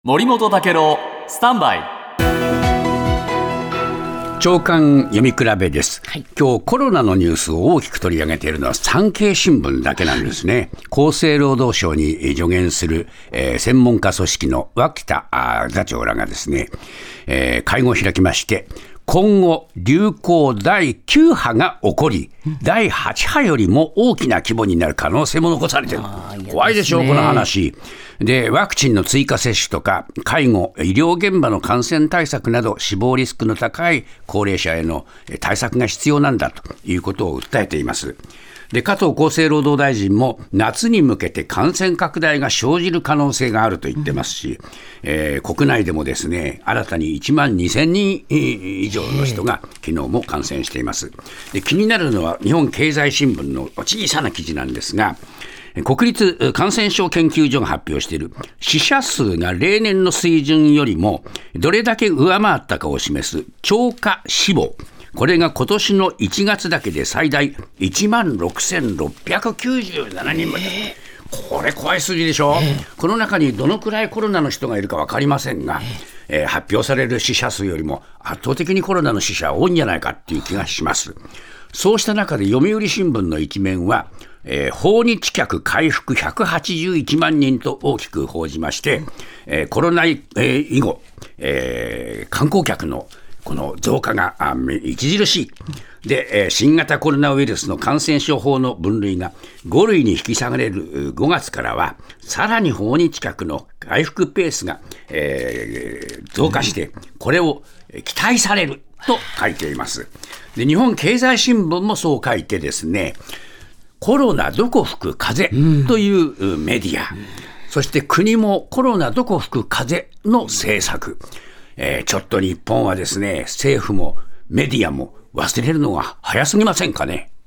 森本武郎スタンバイ朝刊読み比べです、 はい、 今日コロナのニュースを大きく取り上げているのは産経新聞だけなんですね。厚生労働省に助言する、専門家組織の脇田座長らがですね、会合を開きまして、今後流行第9波が起こり、第8波よりも大きな規模になる可能性も残されている。怖いでしょうこの話で。ワクチンの追加接種とか介護医療現場の感染対策など死亡リスクの高い高齢者への対策が必要なんだということを訴えています。で、加藤厚生労働大臣も夏に向けて感染拡大が生じる可能性があると言ってますし、国内でもですね、新たに1万2000人以上の人が昨日も感染しています。で、気になるのは日本経済新聞の小さな記事なんですが、国立感染症研究所が発表している死者数が例年の水準よりもどれだけ上回ったかを示す超過死亡、これが今年の1月だけで最大1万6697人まで、これ怖い数字でしょ、この中にどのくらいコロナの人がいるか分かりませんが、発表される死者数よりも圧倒的にコロナの死者は多いんじゃないかっていう気がします。そうした中で読売新聞の一面は、訪日客回復181万人と大きく報じまして、コロナ以後、観光客のこの増加が著しい。で、新型コロナウイルスの感染症法の分類が5類に引き下げられる5月からは、さらに訪日客の回復ペースが、増加して、これを期待されると書いています。で、日本経済新聞もそう書いてですね、コロナどこ吹く風というメディア、そして国もコロナどこ吹く風の政策、ちょっと日本はですね、政府もメディアも忘れるのが早すぎませんかね。